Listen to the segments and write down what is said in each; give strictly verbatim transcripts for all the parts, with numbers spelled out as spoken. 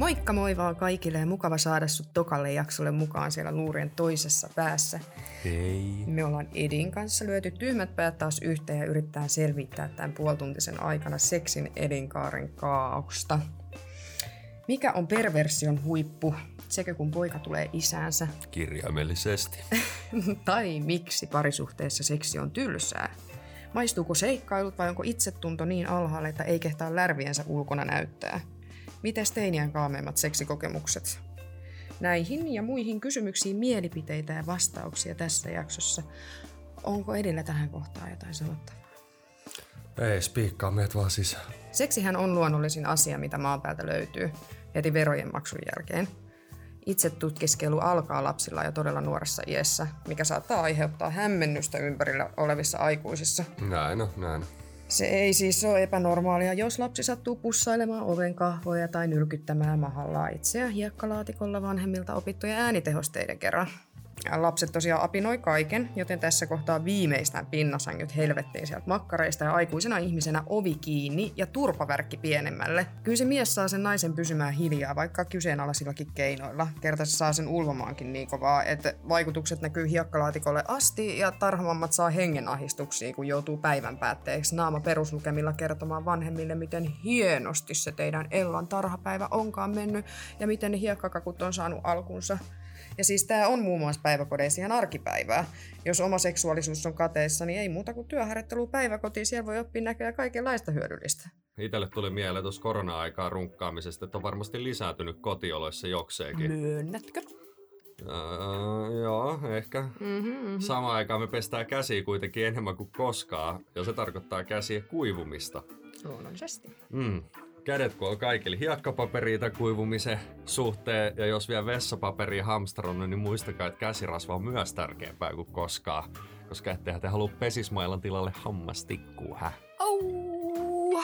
Moikka moi vaan kaikille ja mukava saada sut tokalle jaksolle mukaan siellä luurien toisessa päässä. Hei. Me ollaan Edin kanssa lyöty tyhmät päät taas yhteen ja yritetään selvittää tämän puolituntisen aikana seksin elinkaaren kaaosta. Mikä on perversion huippu? Sekä kun poika tulee isäänsä. Kirjaimellisesti. Tai miksi parisuhteessa seksi on tylsää? Maistuuko seikkailut vai onko itsetunto niin alhaalla, että ei kehtaa lärviensä ulkona näyttää? Mites teiniän kaameimmat seksikokemukset? Näihin ja muihin kysymyksiin mielipiteitä ja vastauksia tässä jaksossa. Onko Edillä tähän kohtaan jotain sanottavaa? Ei, spiikkaa, meet vaan sisään. Seksihän on luonnollisin asia, mitä maan päältä löytyy heti verojen maksun jälkeen. Itse tutkiskelu alkaa lapsilla jo todella nuoressa iässä, mikä saattaa aiheuttaa hämmennystä ympärillä olevissa aikuisissa. Näin on, näin. Se ei siis ole epänormaalia, jos lapsi sattuu pussailemaan oven kahvoja tai nylkyttämään mahallaan itseään hiekkalaatikolla vanhemmilta opittujen äänitehosteiden kerran. Ja lapset tosiaan apinoi kaiken, joten tässä kohtaa viimeistään pinnasängyt helvettiin sieltä makkareista ja aikuisena ihmisenä ovi kiinni ja turpavärkki pienemmälle. Kyllä se mies saa sen naisen pysymään hiljaa, vaikka kyseenalaisillakin keinoilla. Kerta se saa sen ulvomaankin niin kovaa, että vaikutukset näkyy hiekkalaatikolle asti ja tarhamammat saa hengenahdistuksia, kun joutuu päivän päätteeksi naama peruslukemilla kertomaan vanhemmille, miten hienosti se teidän Ellan tarhapäivä onkaan mennyt ja miten ne hiekkakakut on saanut alkunsa. Ja siis tää on muun muassa päiväkodeissa ihan arkipäivää. Jos oma seksuaalisuus on kateessa, niin ei muuta kuin työharjoittelu päiväkotiin, siellä voi oppia näköjään kaikenlaista hyödyllistä. Itelle tuli mieleen tuossa korona-aikaa runkkaamisesta, että on varmasti lisääntynyt kotioloissa jokseenkin. Myönnätkö? Öö, joo, ehkä. Mm-hmm, mm-hmm. Samaan aikaan me pestään käsiä kuitenkin enemmän kuin koskaan, ja se tarkoittaa käsien kuivumista. Luonnollisesti. Mm. Kädet kun on kaikille hiekkapaperiita kuivumisen suhteen, ja jos vielä vessapaperia hamstrannut, niin muistakaa, että käsirasva on myös tärkeämpää kuin koskaan. Koska ettehän te halua pesismailan tilalle hammastikkuu, hä? Au!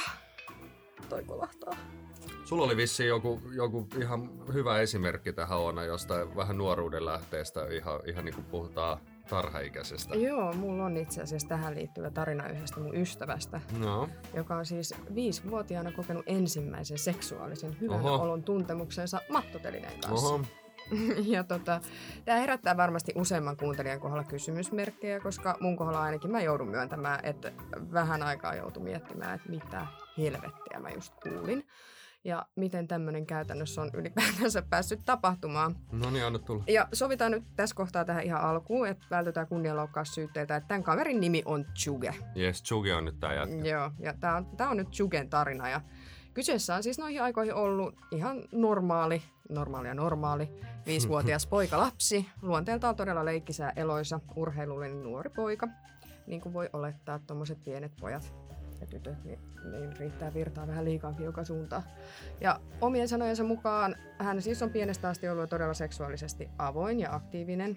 Toi kolahtaa. Sulla oli vissiin joku, joku ihan hyvä esimerkki tähän Oona, jostain vähän nuoruuden lähteestä, ihan, ihan niin kuin puhutaan tarhaikäisestä. Joo, mulla on itse asiassa tähän liittyvä tarina yhdestä mun ystävästä, no. joka on siis viisivuotiaana kokenut ensimmäisen seksuaalisen hyvän Oho. olon tuntemuksensa mattotelineen kanssa. Oho. Ja tota, tämä herättää varmasti useamman kuuntelijan kohdalla kysymysmerkkejä, koska mun kohdalla ainakin mä joudun myöntämään, että vähän aikaa joutui miettimään, että mitä helvettiä mä just kuulin. Ja miten tämmöinen käytännössä on ylipäätänsä päässyt tapahtumaan. No niin, anna tulla. Ja sovitaan nyt tässä kohtaa tähän ihan alkuun, että vältytään kunnianloukkaussyytteiltä, että tämän kaverin nimi on Tjuge. Jes, Tjuge on nyt tää jätkä. Joo, ja tää on, tää on nyt Tjugen tarina. Ja kyseessä on siis noihin aikoihin ollut ihan normaali, normaali ja normaali, viisivuotias poikalapsi. Luonteeltaan todella leikkisää eloisa, urheilullinen nuori poika. Niin kuin voi olettaa, tommoset pienet pojat ja tytöt, niin, niin riittää virtaa vähän liikaakin joka suuntaan. Ja omien sanojensa mukaan hän siis on pienestä asti ollut todella seksuaalisesti avoin ja aktiivinen.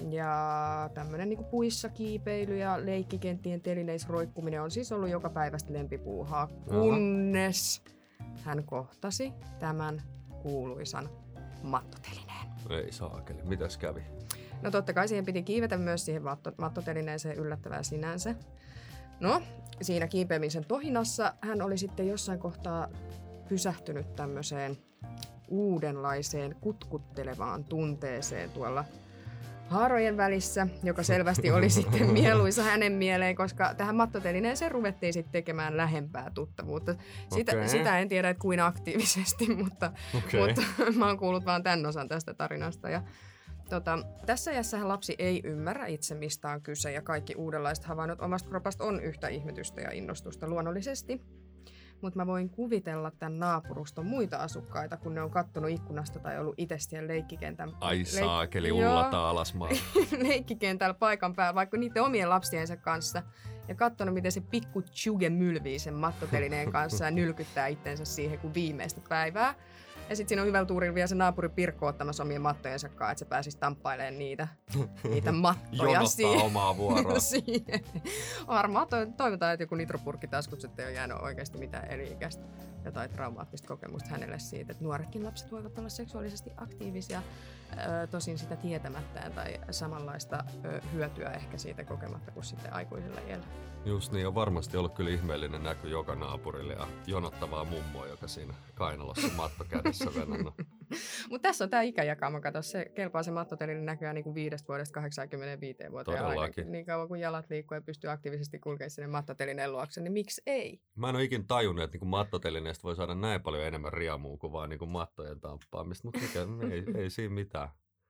Ja tämmöinen niin kuin puissa kiipeily ja leikkikenttien telineisroikkuminen on siis ollut joka päivästä lempipuuhaa, kunnes hän kohtasi tämän kuuluisan mattotelineen. Ei saakeli, mitäs kävi? No totta kai siihen piti kiivetä myös siihen matto, mattotelineeseen, yllättävää sinänsä. No, siinä kiipeämisen tohinassa hän oli sitten jossain kohtaa pysähtynyt tämmöiseen uudenlaiseen kutkuttelevaan tunteeseen tuolla haarojen välissä, joka selvästi oli sitten mieluisa hänen mieleen, koska tähän mattotelineeseen ruvettiin sitten tekemään lähempää tuttavuutta. Sitä, okay. sitä en tiedä, että kuin aktiivisesti, mutta, okay. mutta mä oon kuullut vaan tämän osan tästä tarinasta. Ja Tota, tässä iässähän lapsi ei ymmärrä itse, mistä on kyse, ja kaikki uudenlaiset havainnot omasta kropasta on yhtä ihmetystä ja innostusta luonnollisesti. Mutta mä voin kuvitella tämän naapuruston muita asukkaita, kun ne on kattonut ikkunasta tai ollut itse siellä leikkikentän... Ai leik- saakeli, ullata alasmaan. leikkikentällä paikan päällä, vaikka niiden omien lapsiensa kanssa, ja katsonut, miten se pikku Tjuge mylvii sen mattotelineen kanssa ja nylkyttää itsensä siihen kuin viimeistä päivää. Ja sitten siinä on hyvällä tuurilla vielä se naapuri Pirkko ottamassa omien mattojensa kanssa, että se pääsisi tamppailemaan niitä, niitä mattoja. Jonottaa siihen. omaa vuoroa. siihen. Varmaan to- toivotaan, että joku nitropurkkitaskut, että ei ole jäänyt oikeasti mitään eri-ikäistä jotain traumaattista kokemusta hänelle siitä, että nuoretkin lapset voivat olla seksuaalisesti aktiivisia, ö, tosin sitä tietämättään tai samanlaista ö, hyötyä ehkä siitä kokematta kuin sitten aikuisilla iällä. Just niin, on varmasti ollut kyllä ihmeellinen näky joka naapurille ja jonottavaa mummoa, joka siinä kainalossa matto kädessä kanssa venannut. Mutta tässä on tämä ikäjakauma, kato, se kelpaa se mattotelinen näköjään niin kuin viidestä vuodesta kahdeksankymmentäviisi vuoteen ainakin. Niin kauan kuin jalat liikkuu ja pystyy aktiivisesti kulkemaan sinne mattotelineen luokse, niin miksi ei? Mä en ole ikin tajunnut, että niin mattotelineestä voi saada näin paljon enemmän riamua kuin vaan niin mattojen tamppaamista, mutta mikä, ei, ei siinä mitään.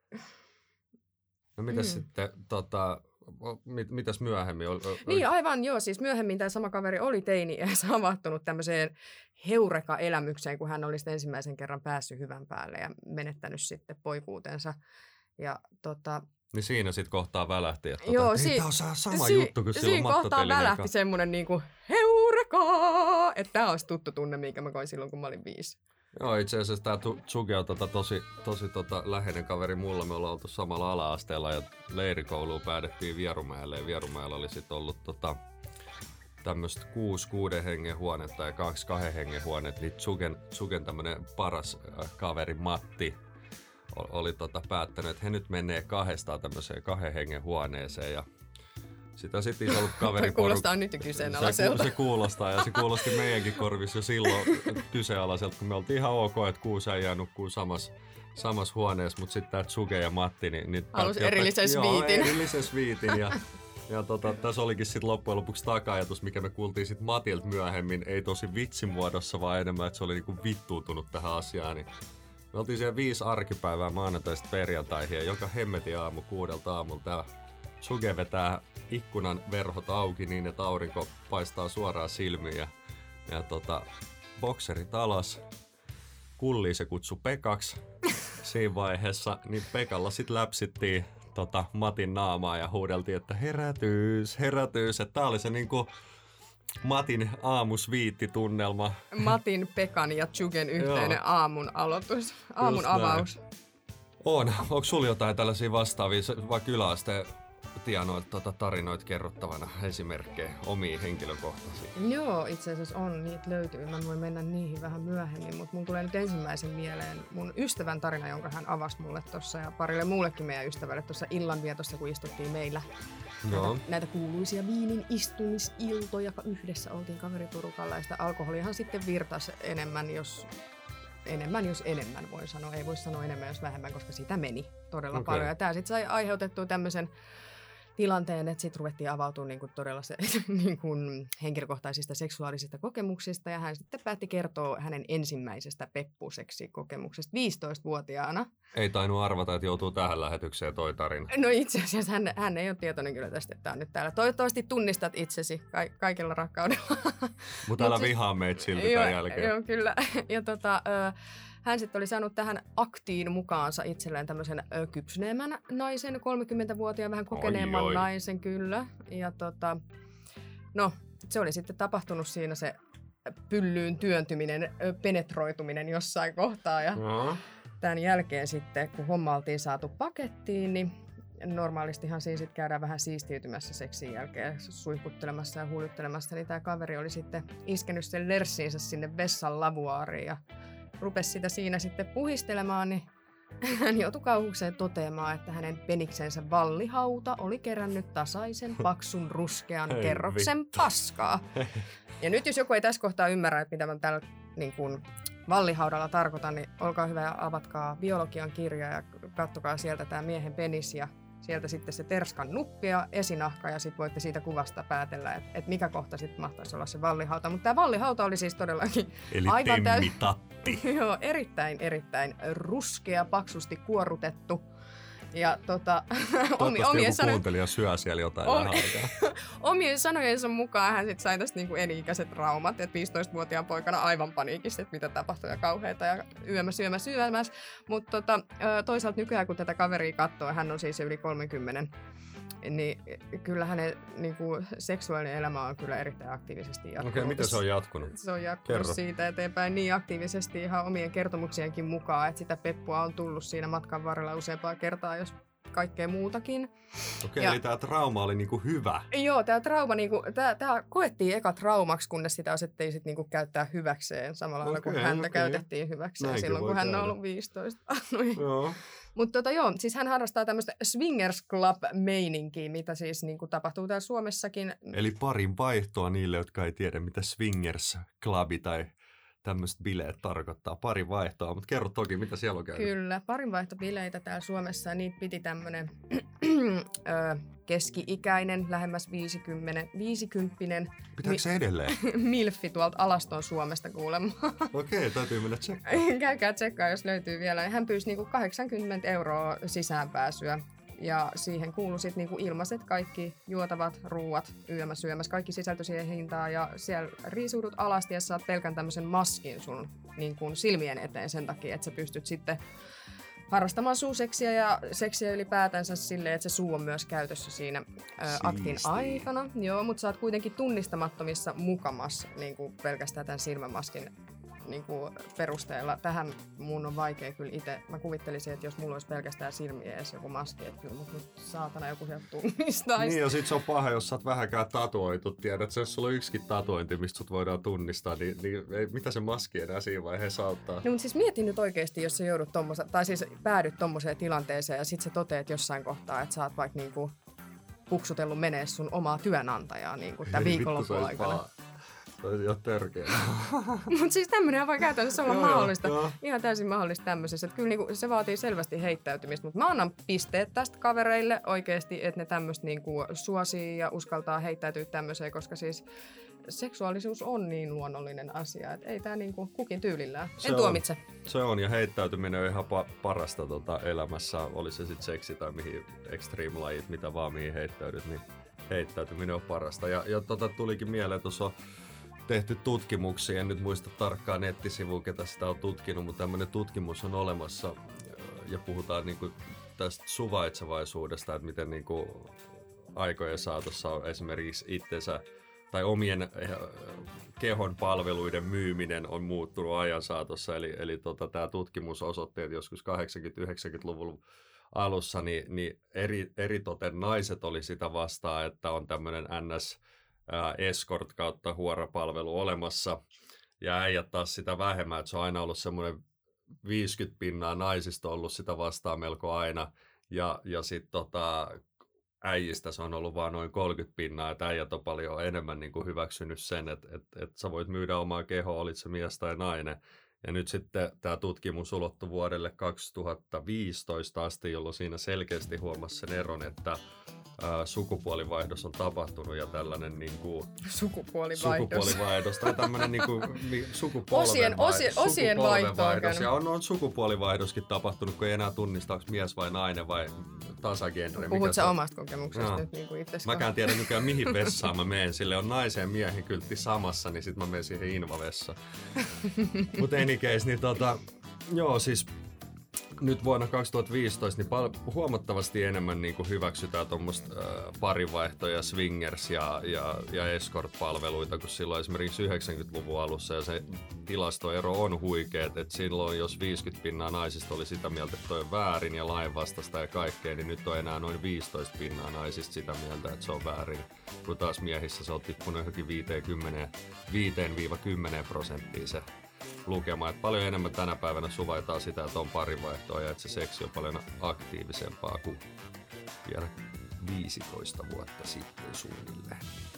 No mitäs mm. sitten, tota, mit, mitäs myöhemmin? Ol, ol, niin aivan joo, siis myöhemmin tämä sama kaveri oli teini ja havahtunut tämmöiseen heureka-elämykseen, kun hän oli ensimmäisen kerran päässyt hyvän päälle ja menettänyt sitten poikuutensa. Ja tota... Niin siinä sitten kohtaa välähti, että joo, tota, si- tämä on sama si- juttu kuin silloin siinä kohtaa välähti semmoinen niinku heureka, että tämä olisi tuttu tunne, minkä mä koin silloin, kun mä olin viisi. Joo, itse asiassa tämä Tsuge on tota, tosi, tosi tota, läheinen kaveri mulla. Me ollaan oltu samalla ala-asteella ja leirikouluun päädyttiin Vierumäelle. Ja Vierumäellä oli sitten ollut tota, tämmöistä kuusi kuuden hengen huonetta ja kaksi kahden hengen huonetta. Eli Tsugen, Tsugen tämmöinen paras äh, kaveri Matti oli tota, päättänyt, että he nyt menee kahdestaan tämmöiseen kahden hengen huoneeseen. Ja sitä sitten iso ollut kaveriporukka. Kuulostaa nyt kyseenalaiselta. Se, se kuulostaa ja se kuulosti meidänkin korvissa jo silloin kyseenalaiselta, kun me oltiin ihan ok, että kuusi äijää nukkuu samassa samas huoneessa, mutta sitten tämä Tsuge ja Matti, niin... niin halusi erillisen sviitin. Joo, erillisen sviitin ja, ja tota, tässä olikin sitten loppujen lopuksi taka-ajatus, mikä me kuultiin sitten Matilta myöhemmin, ei tosi vitsin muodossa, vaan enemmän, että se oli niinku vittuutunut tähän asiaan. Niin me oltiin siellä viisi arkipäivää maanantaista perjantaihin ja joka hemmetin aamu kuudelta aamulla tämä Tsuge vetää ikkunan verhot auki niin, että aurinko paistaa suoraan silmiin ja, ja tota, bokserit alas. Kulli se kutsui Pekaksi siinä vaiheessa, niin Pekalla sitten läpsittiin tota, Matin naamaa ja huudeltiin, että herätyys, herätyys. Että tää oli se niinku Matin aamusviittitunnelma. Matin, Pekan ja Tsugen yhteinen aamun aloitus, aamun avaus. On. Onko sulla jotain tällaisia vastaavia, vaikka yläasteen tienoilta tota, tarinoita kerrottavana esimerkkejä, omia henkilökohtaisia? Joo, itse asiassa on. Niitä löytyy. Mä voin mennä niihin vähän myöhemmin, mutta mun tulee nyt ensimmäisen mieleen mun ystävän tarina, jonka hän avasi mulle tuossa ja parille muullekin meidän ystävälle tuossa illanvietossa, kun istuttiin meillä. No. Näitä, näitä kuuluisia viinin istumisiltoja, yhdessä oltiin kaveriporukalla ja sitä alkoholiahan sitten virtasi enemmän, jos... Enemmän, jos enemmän voi sanoa. Ei voi sanoa enemmän, jos vähemmän, koska sitä meni todella okay. paljon. Ja tämä sitten sai aiheutettua tämmöisen tilanteen, että sitten ruvettiin avautumaan niinku todella se, niinku henkilökohtaisista seksuaalisista kokemuksista. Ja hän sitten päätti kertoa hänen ensimmäisestä peppuseksikokemuksesta viisitoistavuotiaana. Ei tainnut arvata, että joutuu tähän lähetykseen toi tarina. No itse asiassa hän, hän ei ole tietoinen kyllä tästä, että tämä on nyt täällä. Toivottavasti tunnistat itsesi ka- kaikella rakkaudella. Mutta älä vihaa meitä silti tämän jälkeen. Joo, kyllä. Ja tota... Ö, hän sitten oli saanut tähän aktiin mukaansa itselleen tämmöisen ö, kypsyneemmän naisen, kolmekymmentävuotiaan, vähän kokeneemman oi, oi. naisen kyllä. Ja tota, no, se oli sitten tapahtunut siinä se pyllyyn työntyminen, ö, penetroituminen jossain kohtaa. Ja no. Tämän jälkeen sitten, kun homma oltiin saatu pakettiin, niin normaalistihan siinä sitten käydään vähän siistiytymässä seksin jälkeen, suihkuttelemassa ja huljuttelemassa. Niin tämä kaveri oli sitten iskenyt sen lerssiinsä sinne vessan lavuaariin ja rupesi sitä siinä sitten puhistelemaan, niin hän joutui kauhukseen toteamaan, että hänen peniksensä vallihauta oli kerännyt tasaisen, paksun, ruskean Hei, kerroksen vittu. paskaa. Ja nyt jos joku ei tässä kohtaa ymmärrä, että mitä mä tällä niin kuin vallihaudalla tarkoitan, niin olkaa hyvä ja avatkaa biologian kirja ja katsokaa sieltä tämä miehen penis ja sieltä sitten se terskan nuppi ja esinahka ja sitten voitte siitä kuvasta päätellä, että et mikä kohta sitten mahtaisi olla se vallihauta. Mutta tämä vallihauta oli siis todellakin Eli aivan temmitatti. Joo, erittäin, erittäin ruskea, paksusti kuorrutettu. Ja tota, Toivottavasti joku sanojen, kuuntelija syö siellä jotain om, vähän aikaa. Omien sanojensa mukaan hän sitten sai tästä niinku eni-ikäiset traumat, että viisitoistavuotiaan poikana aivan paniikissa, että mitä tapahtui ja kauheita ja yömäs, yömäs, yömäs. Mutta tota, toisaalta nykyään kun tätä kaveria katsoo, hän on siis yli kolmekymmentä, niin kyllä hänen niinku, seksuaalinen elämä on kyllä erittäin aktiivisesti jatkunut. Okei, okay, miten se on jatkunut? Se on jatkunut Kerro. siitä eteenpäin niin aktiivisesti ihan omien kertomuksienkin mukaan, että sitä peppua on tullut siinä matkan varrella useampaa kertaa, jos kaikkea muutakin. Okei, okay, eli tämä trauma oli niinku hyvä. Joo, tämä trauma, niinku, tämä koettiin eka traumaksi, kunnes sitä osettiin sit niinku käyttää hyväkseen, samalla lailla okay, kuin häntä okay. käytettiin hyväkseen Näinkin silloin, kun hän käydä. on ollut viisitoista. Joo. Mutta tota, joo, siis hän harrastaa tämmöistä swingers club-meininkiä, mitä siis niinku tapahtuu täällä Suomessakin. Eli parin vaihtoa niille, jotka ei tiedä, mitä swingers club tai tämmöiset bileet tarkoittaa? Pari vaihtoa, mutta kerro toki, mitä siellä on käynyt. Kyllä, parinvaihtobileitä täällä Suomessa ja niitä piti tämmöinen keski-ikäinen, lähemmäs viisikymppinen. Pitääkö se edelleen? Milfi tuolta Alaston Suomesta kuulemma. Okei, täytyy mennä tsekkaamaan. Käykää tsekkaa, jos löytyy vielä. Hän pyysi niinku kahdeksankymmentä euroa sisäänpääsyä. Ja siihen kuului sitten niinku ilmaiset kaikki juotavat, ruuat, yömä syömässä, kaikki sisältö siihen hintaan. Ja siellä riisuudut alasti ja saat pelkän tämmöisen maskin sun niinku silmien eteen sen takia, että sä pystyt sitten harrastamaan suuseksiä ja seksiä ylipäätänsä silleen, että se suu on myös käytössä siinä ä, aktin aikana. Joo, mutta sä oot kuitenkin tunnistamattomissa mukamas niinku pelkästään tämän silmämaskin niinku perusteella. Tähän mun on vaikea kyllä itse. Mä kuvittelisin, että jos mulla olisi pelkästään silmiä edes joku maski, että kyllä mut nyt saatana joku sieltä tunnistaisi. Niin ja sit se on paha, jos sä oot vähänkään tatuoitu. Tiedät, että jos sulla on yksikin tatuointi, mistä sut voidaan tunnistaa, niin, niin ei, mitä se maski enää siinä vaiheessa auttaa? No mutta siis mietin nyt oikeesti, jos sä joudut tommoseen, tai siis päädyt tommoseen tilanteeseen ja sit sä toteet jossain kohtaa, että sä oot vaikka niinku puksutellut menee sun omaa työnantajaa niinku tän viikonlopun aikana. Olisi ihan törkeä. Mutta siis tämmöinen voi käytännössä olla joo, mahdollista. joo. Ihan täysin mahdollista tämmöisessä. Että kyllä niinku, se vaatii selvästi heittäytymistä. Mutta mä annan pisteet tästä kavereille oikeasti, että ne tämmöistä niinku suosii ja uskaltaa heittäytyä tämmöiseen, koska siis seksuaalisuus on niin luonnollinen asia, että ei tää niinku kukin tyylillään. Se en on, tuomitse. Se on, ja heittäytyminen on ihan pa- parasta tota elämässä. Oli se sitten seksi tai mihin extreme-lajit, mitä vaan mihin heittäydyt, niin heittäytyminen on parasta. Ja, ja tota tulikin mieleen, että tuossa on tehty tutkimuksia, en nyt muista tarkkaan nettisivua, ketä sitä on tutkinut, mutta tämmöinen tutkimus on olemassa ja puhutaan niinku tästä suvaitsevaisuudesta, että miten niinku aikojen saatossa on esimerkiksi itsensä tai omien kehon palveluiden myyminen on muuttunut ajan saatossa, eli, eli tota, tämä tutkimus osoitti, että joskus kahdeksankymmentä-yhdeksänkymmentäluvun alussa niin, niin eri, eritoten naiset oli sitä vastaan, että on tämmöinen N S escort kautta huorapalvelu olemassa, ja äijät taas sitä vähemmän, että se on aina ollut semmoinen viisikymmentä pinnaa naisista ollut sitä vastaan melko aina, ja, ja sitten tota, äijistä se on ollut vaan noin kolmekymmentä pinnaa, että äijät on paljon enemmän niin kuin hyväksynyt sen, että, että, että sä voit myydä omaa kehoa, olit se mies tai nainen. Ja nyt sitten tämä tutkimus ulottui vuodelle kaksituhattaviisitoista asti, jolloin siinä selkeästi huomasi sen eron, että ää, sukupuolivaihdos on tapahtunut ja tällainen niin kuin sukupuolivaihdos. sukupuolivaihdos tai tämmöinen niin kuin sukupolven osien, osien, osien vaihtoon. Ja on, on sukupuolivaihdoskin tapahtunut, kun ei enää tunnista, onko mies vai nainen vai tasagenre. Puhut sä omasta kokemuksesta no. nyt niin kuin itse? Mäkään tiedän nykyään mihin vessaan mä menen. Sille on naisen ja miehen kyltti samassa, niin sit mä menen siihen invavessaan. Mut any case, niin tota, joo siis nyt vuonna kaksituhattaviisitoista niin pal- huomattavasti enemmän niin kuin hyväksytään tuommoista äh, parivaihtoja, swingers ja, ja, ja escort-palveluita, kun silloin esimerkiksi yhdeksänkymmentäluvun alussa, ja se tilastoero on huikea, että silloin jos viisikymmentä pinnaa naisista oli sitä mieltä, että toi on väärin ja lainvastaista ja kaikkea, niin nyt on enää noin viisitoista pinnaa naisista sitä mieltä, että se on väärin, kun taas miehissä se on tippunut johonkin viidestä kymmeneen prosenttiin se lukema. Että paljon enemmän tänä päivänä suvaitaan sitä, että on parivaihtoa ja että se seksi on paljon aktiivisempaa kuin vielä viisitoista vuotta sitten suunnilleen.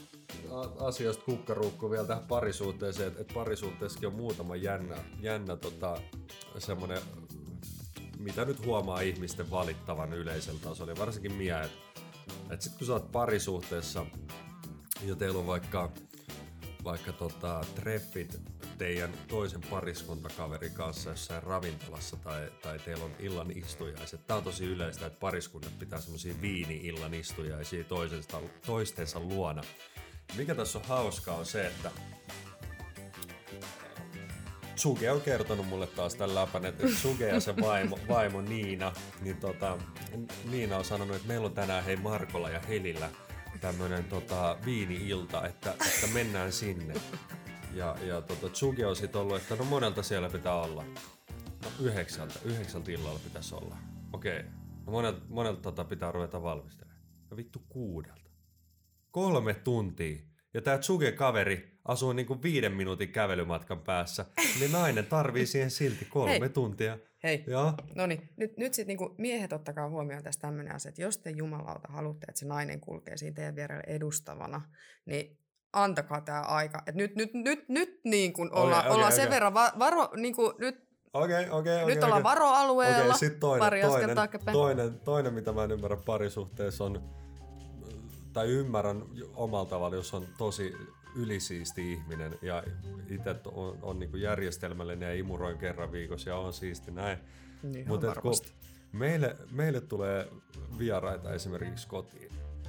Asiasta kukkaruukku vielä tähän parisuhteeseen, että parisuhteessakin on muutama jännä, jännä tota, semmoinen, mitä nyt huomaa ihmisten valittavan yleisellä tasolla, ja varsinkin miehet. Että sit kun sä oot parisuhteessa ja teillä on vaikka, vaikka tota, treffit teidän toisen pariskuntakaverin kanssa jossain ravintolassa tai, tai teillä on illan istujaiset. Tää on tosi yleistä, että pariskunnat pitää semmosia viini-illan istujaisia toistensa, toistensa luona. Mikä tässä on hauskaa on se, että Tsuge on kertonut mulle taas tämän läpän, että Tsuge ja se vaimo, vaimo Niina, niin tota, Niina on sanonut, että meillä on tänään hei Markolla ja Helillä tämmönen tota, viini-ilta, että, että mennään sinne. Ja, ja tota, Tsuge on sit ollut, että no monelta siellä pitää olla. No yhdeksältä, yhdeksältä illalla pitäisi olla. Okei, no monelta, monelta tota pitää ruveta valmistelemaan. No vittu kuudelta. Kolme tuntia. Ja tää Tsuge-kaveri asuu niinku viiden minuutin kävelymatkan päässä, niin nainen tarvii siihen silti kolme Hei. tuntia. Hei, no niin, nyt, nyt sitten niinku miehet ottakaa huomioon tässä tämmöinen asia, että jos te jumalauta haluatte, että se nainen kulkee siinä teidän vierelle edustavana, niin antakaa tää aika. Et nyt, nyt, nyt, nyt niin kun olla, okay, okay, ollaan okay. sen verran va- varo, niin kun nyt, okay, okay, okay, nyt ollaan okay. varoalueella, okay, sit toinen, pari toinen, askelta toinen, toinen, mitä mä en ymmärrä parisuhteessa on, tai ymmärrän omalla tavalla, jos on tosi ylisiisti ihminen ja itse on, on niin kuin järjestelmällinen ja imuroin kerran viikossa ja on siisti näin. Niin, mutta meille, meille tulee vieraita esimerkiksi kotiin.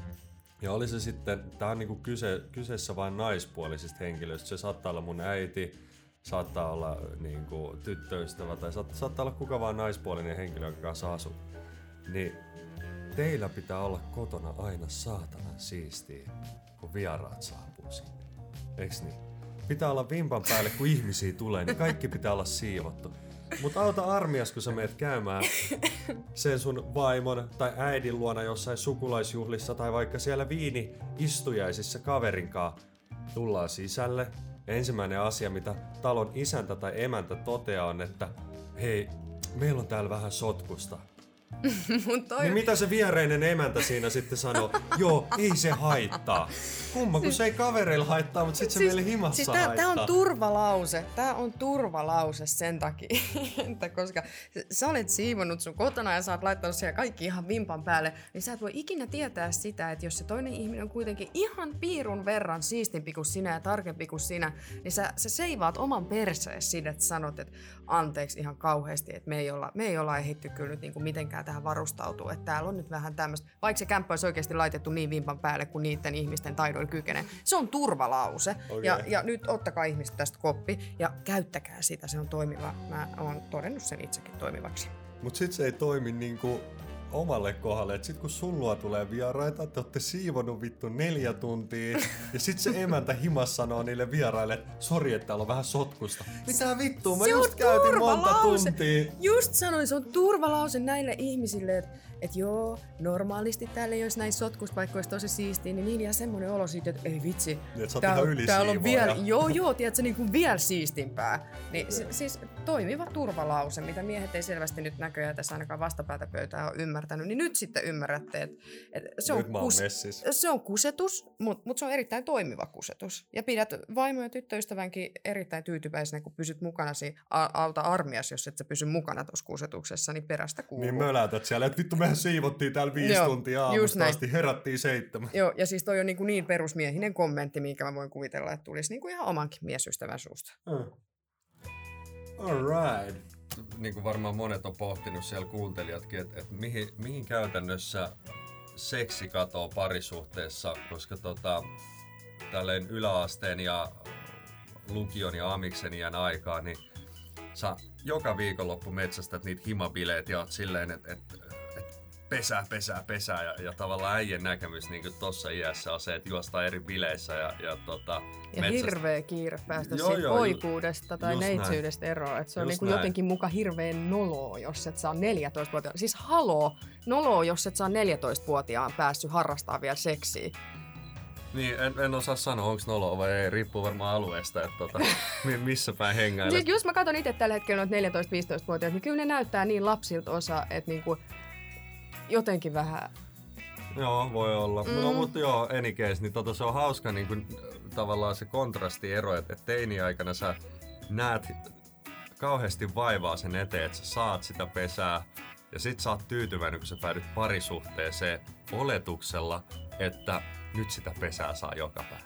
Ja oli se sitten, tää on niinku kyse, kyseessä vain naispuolisista henkilöistä. Se saattaa olla mun äiti, saattaa olla niinku tyttöystävä tai saattaa, saattaa olla kuka vaan naispuolinen henkilö, jonka kanssa asuu. Niin teillä pitää olla kotona aina saatanan siistiä, kun vieraat saapuu sinne. Eiks niin? Pitää olla vimpan päälle, kun ihmisiä tulee, niin kaikki pitää olla siivottu. Mutta auta armias, kun sä meet käymään sen sun vaimon tai äidin luona jossain sukulaisjuhlissa tai vaikka siellä viini-istujaisissa kaverinkaan. Tullaan sisälle. Ensimmäinen asia, mitä talon isäntä tai emäntä toteaa on, että hei, meillä on täällä vähän sotkusta. toi... Niin mitä se viereinen emäntä siinä sitten sanoo? Joo, ei se haittaa. Kumma, kun se ei kavereilla haittaa, mutta sitten siis, se meille himassa siis tää, haittaa. tää on turvalause. Tää on turvalause sen takia, että koska sä olet siivonnut sun kotona ja sä oot laittanut siellä kaikki ihan vimpan päälle, niin sä et voi ikinä tietää sitä, että jos se toinen ihminen on kuitenkin ihan piirun verran siistimpi kuin sinä ja tarkempi kuin sinä, niin sä, sä seivaat oman perseesi siinä, että sanot, että anteeksi ihan kauheasti, että me ei olla, me ei olla ehditty kyllä nyt niinku mitenkään tähän varustautuu, että täällä on nyt vähän tämmöistä, vaikka se kämppä olisi oikeasti laitettu niin vimpan päälle kuin niiden ihmisten taidoilla kykenee. Se on turvalause. Okay. Ja, ja nyt ottakaa ihmiset tästä koppi ja käyttäkää sitä, se on toimiva. Mä oon todennut sen itsekin toimivaksi. Mut sit se ei toimi niinku omalle kohdalle, että sit kun sun luo tulee vieraita, te ootte siivonut vittu neljä tuntia, ja sit se emäntä himas sanoo niille vieraille, että sori, että täällä on vähän sotkusta. Mitä vittua, mä just käytin monta tuntia. Just sanoin, se on turvalause näille ihmisille, että et joo, normaalisti täällä ei olisi näin sotkusta, vaikka olisi tosi siistiä, niin niillä jää semmoinen olo siitä, että ei vitsi, niin, tää, täällä on vielä, joo joo, tiedätkö, niin kuin vielä siistimpää. Niin, se, siis toimiva turvalause, mitä miehet ei selvästi nyt näköjään tässä ainakaan vastapäätä pöytää ole ymmärtänyt, niin nyt sitten ymmärrätte, että, että se, on kus, se on kusetus, mutta mut se on erittäin toimiva kusetus. Ja pidät vaimo- ja tyttöystävänkin erittäin tyytyväisenä, kun pysyt mukanasi auta armias, jos et sä pysy mukana tuossa kusetuksessa, niin perästä kuuluu. Niin mölätät siellä, että vittu mehän siivottiin täällä viisi Joo, tuntia aamusta asti, herättiin seitsemän. Joo, ja siis toi on niin, niin perusmiehinen kommentti, minkä mä voin kuvitella, että tulisi niin kuin ihan omankin miesystävän suusta. Mm. Alright. Niin kuin varmaan monet on pohtinut siellä kuuntelijatkin, että, että mihin, mihin käytännössä seksi katoo parisuhteessa, koska tota, tälleen yläasteen ja lukion ja amiksen iän aikaa, niin sä joka viikonloppu metsästät niitä himabileet ja oot silleen, että et, et pesää, pesää, pesää ja, ja tavallaan äijän näkemys niin tossa iässä on se, että juostaan eri bileissä ja, ja, tota, ja metsäst... hirveä kiire päästä joo, siitä joo, poikuudesta tai neitsyydestä eroon. Että se on niin jotenkin muka hirveän noloa, jos et saa neljätoistavuotiaan. Siis haloo, noloa, jos et saa neljätoistavuotiaan päässyt harrastamaan vielä seksiä. Niin, en, en osaa sanoa, onko noloa vai ei, riippuu varmaan alueesta, että tota, missä päin hengäilet. Siis jos mä katson itse tällä hetkellä noita neljätoista-viisitoistavuotiaat, niin kyllä ne näyttää niin lapsilta osa, että niinku jotenkin vähän... Joo, voi olla. Mm. No, mutta joo, any case, niin tota, se on hauska niin kuin, tavallaan se kontrastiero, että et teini-aikana sä näet kauheasti vaivaa sen eteen, että sä saat sitä pesää ja sit sä oot tyytyväinen, kun sä päädyt parisuhteeseen oletuksella, että nyt sitä pesää saa joka päivä.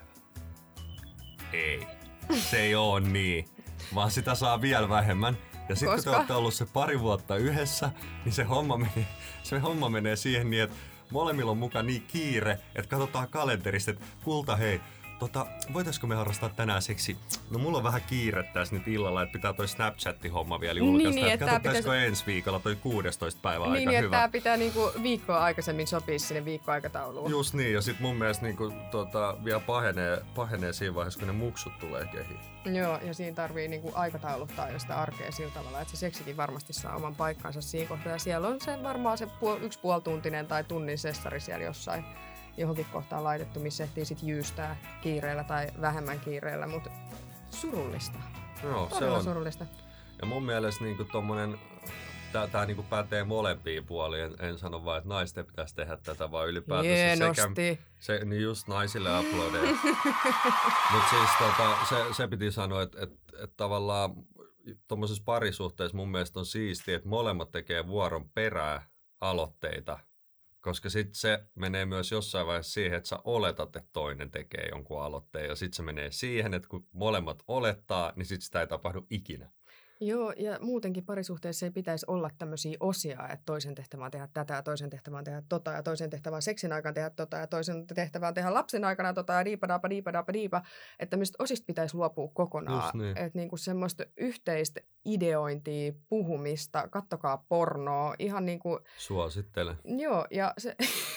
Ei. Se ei oo niin, vaan sitä saa vielä vähemmän. Ja sitten kun te olette ollut se pari vuotta yhdessä, niin se homma menee, se homma menee siihen niin, että molemmilla on mukaan niin kiire, että katsotaan kalenterista, että kulta hei, tota, voitaisko me harrastaa tänään seksi? No mulla on vähän kiire tässä nyt illalla, että pitää toi Snapchat-homma vielä julkaista. Niin, niin, että katsotaanko pitäisi... ensi viikolla toi kuudestoista päivä niin, aika niin, hyvä. Niin, että tää pitää niinku viikkoa aikaisemmin sopia sinne viikkoaikatauluun. Just niin, ja sit mun mielestä niinku, tota, vielä pahenee, pahenee siinä vaiheessa, kun ne muksut tulee kehiin. Joo, ja siinä tarvii niinku aikatauluttaa jo sitä arkea sillä tavalla, että se seksikin varmasti saa oman paikkansa siinä kohtaa. Ja siellä on se varmaan se puol- yksi puolituntinen tai tunnin sessari siellä jossain johonkin kohtaan laitettu, missä ehtii sit jyystää kiireellä tai vähemmän kiireellä, mutta surullista. Joo, Todella se on surullista. Ja mun mielestä niinku tommonen tämä niinku pätee molempiin puoliin. En, en sano vaan, että naisten pitäisi tehdä tätä, vaan ylipäätään Hienosti. se, se niin just naisille uploadeja. Mutta siis tota, se, se piti sanoa, että et, et tavallaan tuommoisessa parisuhteessa mun mielestä on siistiä, että molemmat tekee vuoron perää aloitteita. Koska sitten se menee myös jossain vaiheessa siihen, että sä oletat, että toinen tekee jonkun aloitteen. Ja sitten se menee siihen, että kun molemmat olettaa, niin sitten sitä ei tapahdu ikinä. Joo, ja muutenkin parisuhteessa ei pitäisi olla tämmöisiä osia, että toisen tehtävä on tehdä tätä, ja toisen tehtävä on tehdä tota, ja toisen tehtävä on seksin aikana tehdä tota, ja toisen tehtävä on tehdä lapsen aikana tota, ja diipadaapa, diipadaapa, diipa. Että tämmöistä osista pitäisi luopua kokonaan. Niin. Että niinku semmoista yhteistä ideointia, puhumista, kattokaa pornoa, ihan niinku... Suosittelen. Joo, ja se...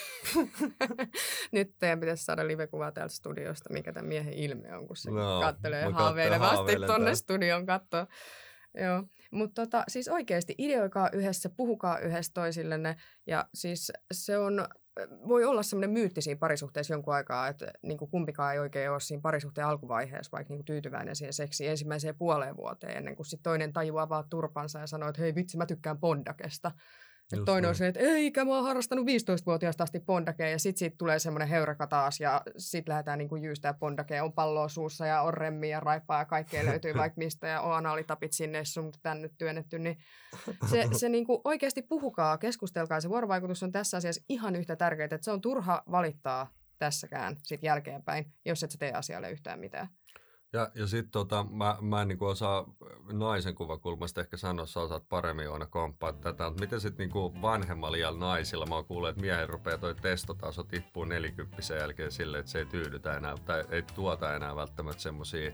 Nyt teidän pitäisi saada live-kuvaa täältä studiosta, mikä tämän miehen ilme on, kun se no, kattelee haaveilevasti tuonne studion kattoon. Joo, mutta tota, siis oikeasti ideoikaa yhdessä, puhukaa yhdessä toisillenne ja siis se on, voi olla semmoinen myytti siinä parisuhteessa jonkun aikaa, että niin kuin kumpikaan ei oikein ole siinä parisuhteen alkuvaiheessa vaikka niin kuin tyytyväinen siihen seksiin ensimmäiseen puoleen vuoteen ennen kuin sitten toinen tajuaa vaan turpansa ja sanoo, että hei vitsi mä tykkään Bondakesta. Just toinen niin. On se, että eikä mä oon harrastanut viisitoistavuotiaasta asti bondakea ja sit siitä tulee semmoinen heureka taas ja sit lähdetään niinku jyystää bondakea, on palloa suussa ja on remmiä ja raippaa ja kaikkea löytyy vaikka mistä ja on analitapit sinne sun tän nyt työnnetty, niin se, se niinku oikeasti puhukaa, keskustelkaa, se vuorovaikutus on tässä asiassa ihan yhtä tärkeää, että se on turha valittaa tässäkään sit jälkeenpäin, jos et sä tee asialle yhtään mitään. Ja, ja sitten tota, mä, mä en niinku osaa naisen kuvakulmasta ehkä sanoa, sä osaat paremmin Joona komppaa tätä, mutta miten sitten niinku vanhemmalla iällä naisilla, mä oon kuullut, että miehen rupeaa toi testotaso tippuu nelikymppisen jälkeen silleen, että se ei tyydytä enää, tai ei tuota enää välttämättä semmosia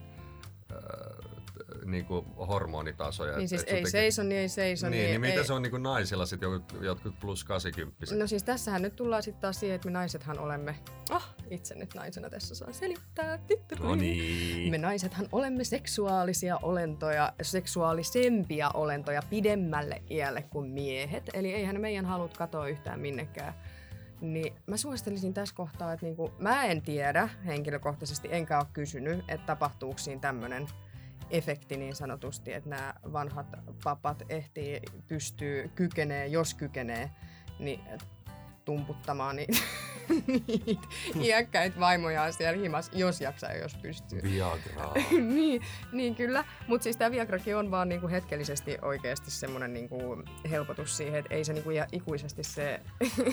niinku hormonitasoja. Niin siis ei jotenkin... seiso, niin ei seiso. Niin, niin, niin ei... mitä se on niinku naisilla sitten jotkut, jotkut plus kahdeksankymmentä? No siis tässähän nyt tullaan sitten taas siihen, että me naisethan olemme, ah itse nyt naisena tässä saa selittää. No niin. Me naisethan olemme seksuaalisia olentoja, seksuaalisempia olentoja pidemmälle iälle kuin miehet. Eli eihän meidän halut katoa yhtään minnekään. Niin mä suosittelisin tässä kohtaa, että niinku, mä en tiedä henkilökohtaisesti, enkä ole kysynyt, että tapahtuuko siinä tämmöinen efekti niin sanotusti, että nämä vanhat papat ehtii, pystyy, kykenee, jos kykenee, niin tumputtamaan niitä, niitä iäkkäitä vaimojaan siellä himas, jos jaksaa ja jos pystyy. Viagraa. niin, niin kyllä, mutta siis tämä Viagrakin on vaan niinku hetkellisesti oikeasti semmoinen niinku helpotus siihen, että ei se niinku ikuisesti se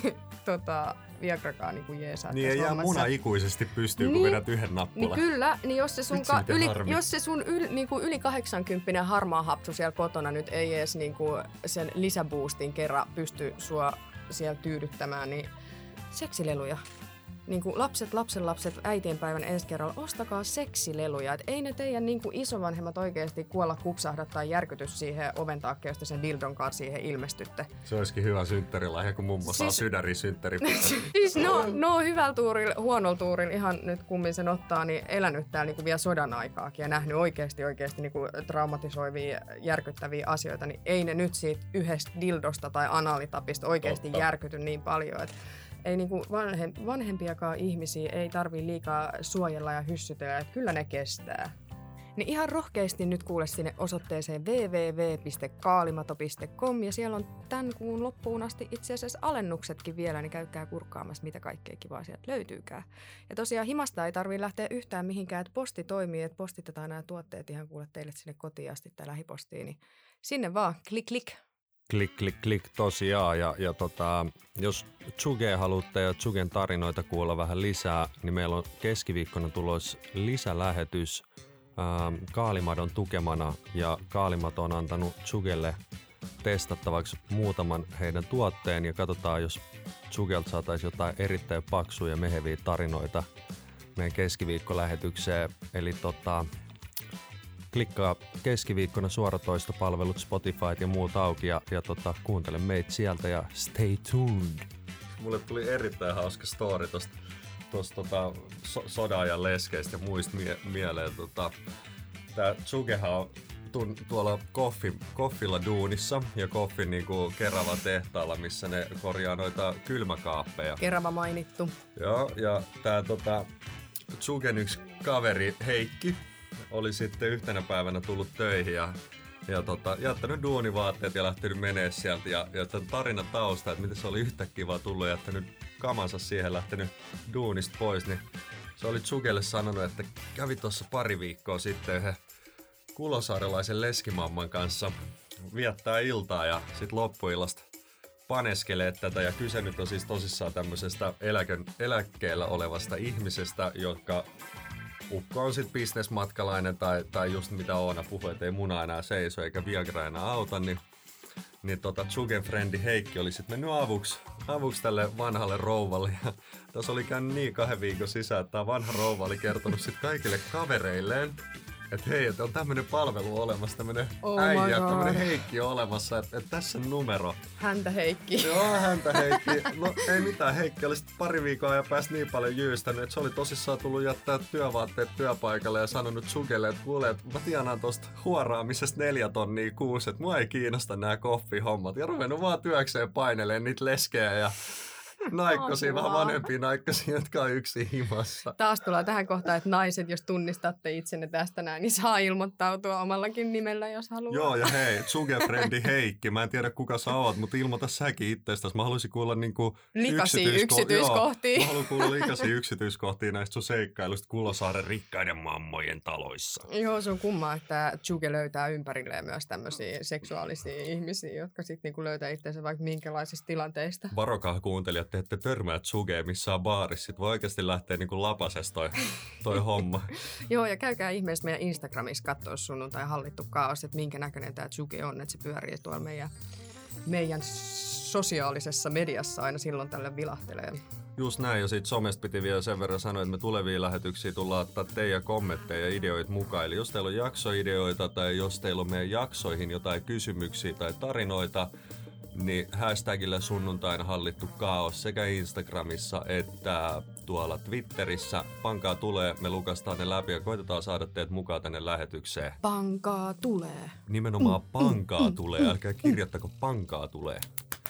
tota, Viagrakaan niinku jeesaa. Niin ei jää muna ikuisesti pystyy, niin, kun vedät yhden nappulan. Niin kyllä, niin jos se sun, ka- yli, jos se sun yl, niinku yli kahdeksankymppinen harmaa hapsu siellä kotona nyt ei edes niinku sen lisäboostin kerran pysty sua siellä tyydyttämään, niin seksileluja. Niin kuin lapset, lapsenlapset, äitienpäivän ensi kerralla, ostakaa seksileluja. Et ei ne teidän niin kuin isovanhemmat oikeasti kuolla kupsahda tai järkytys siihen oven taakse, josta sen dildon kanssa siihen ilmestytte. Se olisikin hyvä synttärilahja, kun mummo siis... saa sydäri synttäri. Siis no, no hyvällä tuurilla, huonolla tuurilla, ihan nyt kummin sen ottaa, niin elänyt täällä niin kuin vielä sodan aikaakin ja nähnyt oikeasti oikeasti niin kuin traumatisoivia, järkyttäviä asioita, niin ei ne nyt siitä yhdestä dildosta tai analitapista oikeasti Totta. järkyty niin paljon, että ei niinku vanhem, vanhempiakaan ihmisiä ei tarvii liikaa suojella ja hyssytellä, että kyllä ne kestää. Niin ihan rohkeasti nyt kuule sinne osoitteeseen double-u double-u double-u piste kaalimato piste com ja siellä on tämän kuun loppuun asti itse asiassa alennuksetkin vielä, niin käykää kurkkaamassa, mitä kaikkea kivaa sieltä löytyykään. Ja tosiaan himasta ei tarvii lähteä yhtään mihinkään, että posti toimii, että postitetaan nämä tuotteet ihan kuule teille sinne kotiin asti tai lähipostiin, niin sinne vaan klik klik. Klik, klik, klik, tosiaan. Ja, ja tota, jos Tsugea haluatte ja Tsugen tarinoita kuulla vähän lisää, niin meillä on keskiviikkona tulossa lisälähetys ähm, Kaalimadon tukemana. Ja Kaalimato on antanut Tsugelle testattavaksi muutaman heidän tuotteen. Ja katsotaan, jos Tsugelta saataisiin jotain erittäin paksuja ja meheviä tarinoita meidän keskiviikkolähetykseen. Eli tota... Klikkaa keskiviikkona suoratoistopalvelut, Spotify ja muut auki ja, ja tota, kuuntele meitä sieltä ja stay tuned. Mulle tuli erittäin hauska story tosta, tosta tota, so, sodan leskeistä ja muista mie- mieleen. Tota, tää Tsugehan on tun, tuolla Koffin, Koffilla duunissa ja Koffin niinku Kerava tehtaalla, missä ne korjaa noita kylmäkaappeja. Kerava mainittu. Joo, ja tää tota, Tsugen yksi kaveri Heikki oli sitten yhtenä päivänä tullut töihin ja ja tota, jättänyt duunivaatteet ja lähtenyt menee sieltä. Ja, ja tämän tarinan tausta, että miten se oli yhtäkkiä vaan tullut ja jättänyt kamansa siihen, lähtenyt duunista pois, niin se oli Tsugelle sanonut, että kävi tuossa pari viikkoa sitten yhden kulosaarelaisen leskimamman kanssa viettää iltaa ja sit loppuillasta paneskelee tätä ja kyse nyt on siis tosissaan tämmöisestä eläke, eläkkeellä olevasta ihmisestä, joka ukko on sit bisnesmatkalainen tai, tai just mitä Oona puhui, että ei muna enää seiso eikä Viagra enää auta, niin, niin tota Tsugen frendi Heikki oli sit mennyt avuksi, avuksi tälle vanhalle rouvalle ja tässä oli käynyt niin kahden viikon sisään, että tämä vanha rouva oli kertonut sit kaikille kavereilleen, että hei, että on tämmönen palvelu olemassa, tämmönen oh äijä, tämmönen Heikki on olemassa, että, että tässä on numero. Häntä Heikki. Joo, häntä Heikki. No ei mitään, Heikki oli sitten pari viikkoa ja pääsi niin paljon jyystänyt, että se oli tosissaan tullut jättää työvaatteet työpaikalle ja sanonut Tsugelle, että kuule, että mä tienaan tosta huoraamisesta neljä tonnia kuusi, että mua ei kiinnosta nämä koffihommat. Ja ruvennut vaan työkseen paineleen niitä leskejä ja naikkosia, vähän vanhempia naikkosia, jotka on yksin himassa. Taas tullaan tähän kohtaan, että naiset, jos tunnistatte itsenne tästä näin, niin saa ilmoittautua omallakin nimellä, jos haluaa. Joo, ja hei, Tsuge-frendi Heikki, mä en tiedä kuka sä oot, mutta ilmoita säkin itsestäsi. Mä haluaisin kuulla niinku likaisia yksityisko- yksityiskohtia. Joo, mä haluan kuulla likaisia yksityiskohtia näistä sun seikkailusta Kulosaaren rikkaiden mammojen taloissa. Joo, se on kummaa, että Tsuge löytää ympärilleen myös tämmöisiä seksuaalisia ihmisiä, jotka sitten niinku löytää itseänsä vaikka minkälaisista tilanteista. Varokaa kuuntelijat, te ette törmää Tsugeen missään baarissa. Sitten voi oikeasti lähteä niinku lapasesta toi, toi homma. Joo, ja käykää ihmeessä meidän Instagramissa katsoa sunnuntai hallittu kaos, että minkä näköinen tämä Tsuge on, että se pyörii tuolla meidän, meidän sosiaalisessa mediassa aina silloin tälle vilahtelee. Just näin, ja siitä somesta piti vielä sen verran sanoa, että me tuleviin lähetyksiin tullaan ottaa teidän kommentteja ja ideoita mukaan. Eli jos teillä on jaksoideoita tai jos teillä on meidän jaksoihin jotain kysymyksiä tai tarinoita, niin hashtagillä sunnuntaina hallittu kaos sekä Instagramissa että tuolla Twitterissä. Pankaa tulee, me lukastaan ne läpi ja koitetaan saada teidät mukaan tänne lähetykseen. Pankaa tulee. Nimenomaan mm, pankaa mm, tulee, mm, älkää kirjoittako pankaa tulee.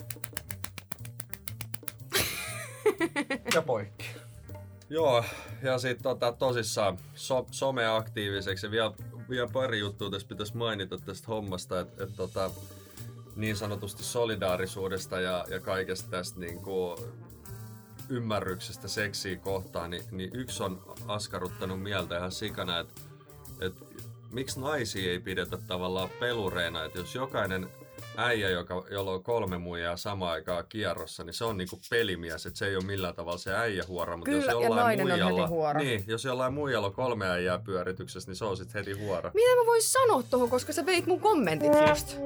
Ja poikki. Joo, ja sitten tota, tosissaan so, someaktiiviseksi. Vielä, vielä pari juttua tässä pitäisi mainita tästä hommasta, että et, tota, niin sanotusti solidaarisuudesta ja, ja kaikesta tästä niin kuin ymmärryksestä seksiä kohtaan, niin, niin yksi on askarruttanut mieltä ihan sikana, että, että miksi naisia ei pidetä tavallaan pelureina, että jos jokainen äijä, joka, jolla on kolme muijaa samaan aikaan kierrossa, niin se on niinku pelimies, että se ei ole millään tavalla se äijähuora. Mutta kyllä, jos ja nainen muijalla, on heti huora. Niin, jos jollain muijalla on kolme äijää pyörityksessä, niin se on sitten heti huora. Mitä mä vois sanoa tuohon, koska sä veit mun kommentit just.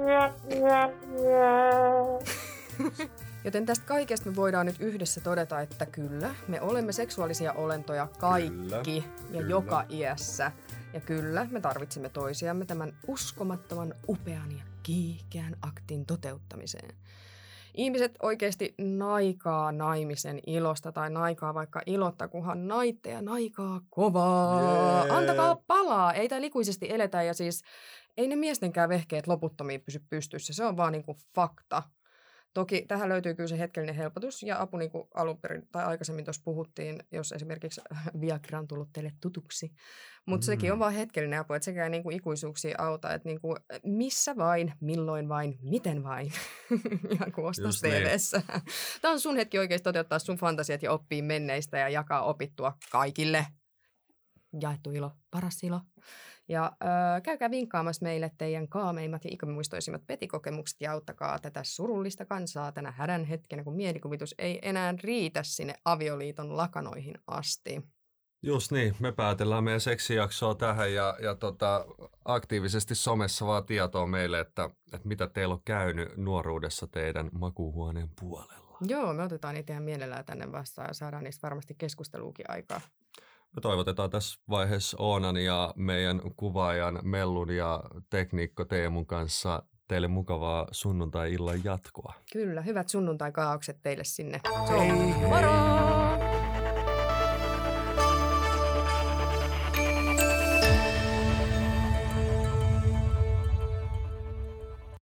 Joten tästä kaikesta me voidaan nyt yhdessä todeta, että kyllä, me olemme seksuaalisia olentoja kaikki kyllä, ja kyllä. joka iässä. Ja kyllä, me tarvitsemme toisiamme tämän uskomattoman upean ja kiihkeän aktin toteuttamiseen. Ihmiset oikeasti naikaa naimisen ilosta tai naikaa vaikka ilotta, kunhan naitte ja naikaa kovaa. Yeah. Antakaa palaa, ei täällä ikuisesti eletä ja siis ei ne miestenkään vehkeet loputtomiin pysy pystyssä, se on vaan niinku fakta. Toki tähän löytyy kyllä se hetkellinen helpotus ja apu, niin kuin alun perin tai aikaisemmin tuossa puhuttiin, jos esimerkiksi Viagra on tullut teille tutuksi. Mutta mm. sekin on vaan hetkellinen apu, että sekään niin kuin ikuisuuksia auta, että niin kuin missä vain, milloin vain, miten vain. Ihan kuin ostas T V:ssä. Niin. Tämä on sun hetki oikeasti toteuttaa sun fantasiat ja oppii menneistä ja jakaa opittua kaikille. Jaettu ilo, paras ilo. Ja äh, käykää vinkkaamassa meille teidän kaameimmat ja ikämuistoisimmat petikokemukset ja auttakaa tätä surullista kansaa tänä hädän hetkenä, kun mielikuvitus ei enää riitä sinne avioliiton lakanoihin asti. Just niin, me päätellään meidän seksijaksoa tähän ja, ja tota, aktiivisesti somessa vaan tietoa meille, että, että mitä teillä on käynyt nuoruudessa teidän makuuhuoneen puolella. Joo, me otetaan niitä ihan mielellään tänne vastaan ja saadaan niistä varmasti keskusteluukin aikaa. Me toivotetaan tässä vaiheessa Oonan ja meidän kuvaajan Mellun ja tekniikko Teemun kanssa teille mukavaa sunnuntai-illan jatkoa. Kyllä, hyvät sunnuntai-kaaukset teille sinne. Hei, moro!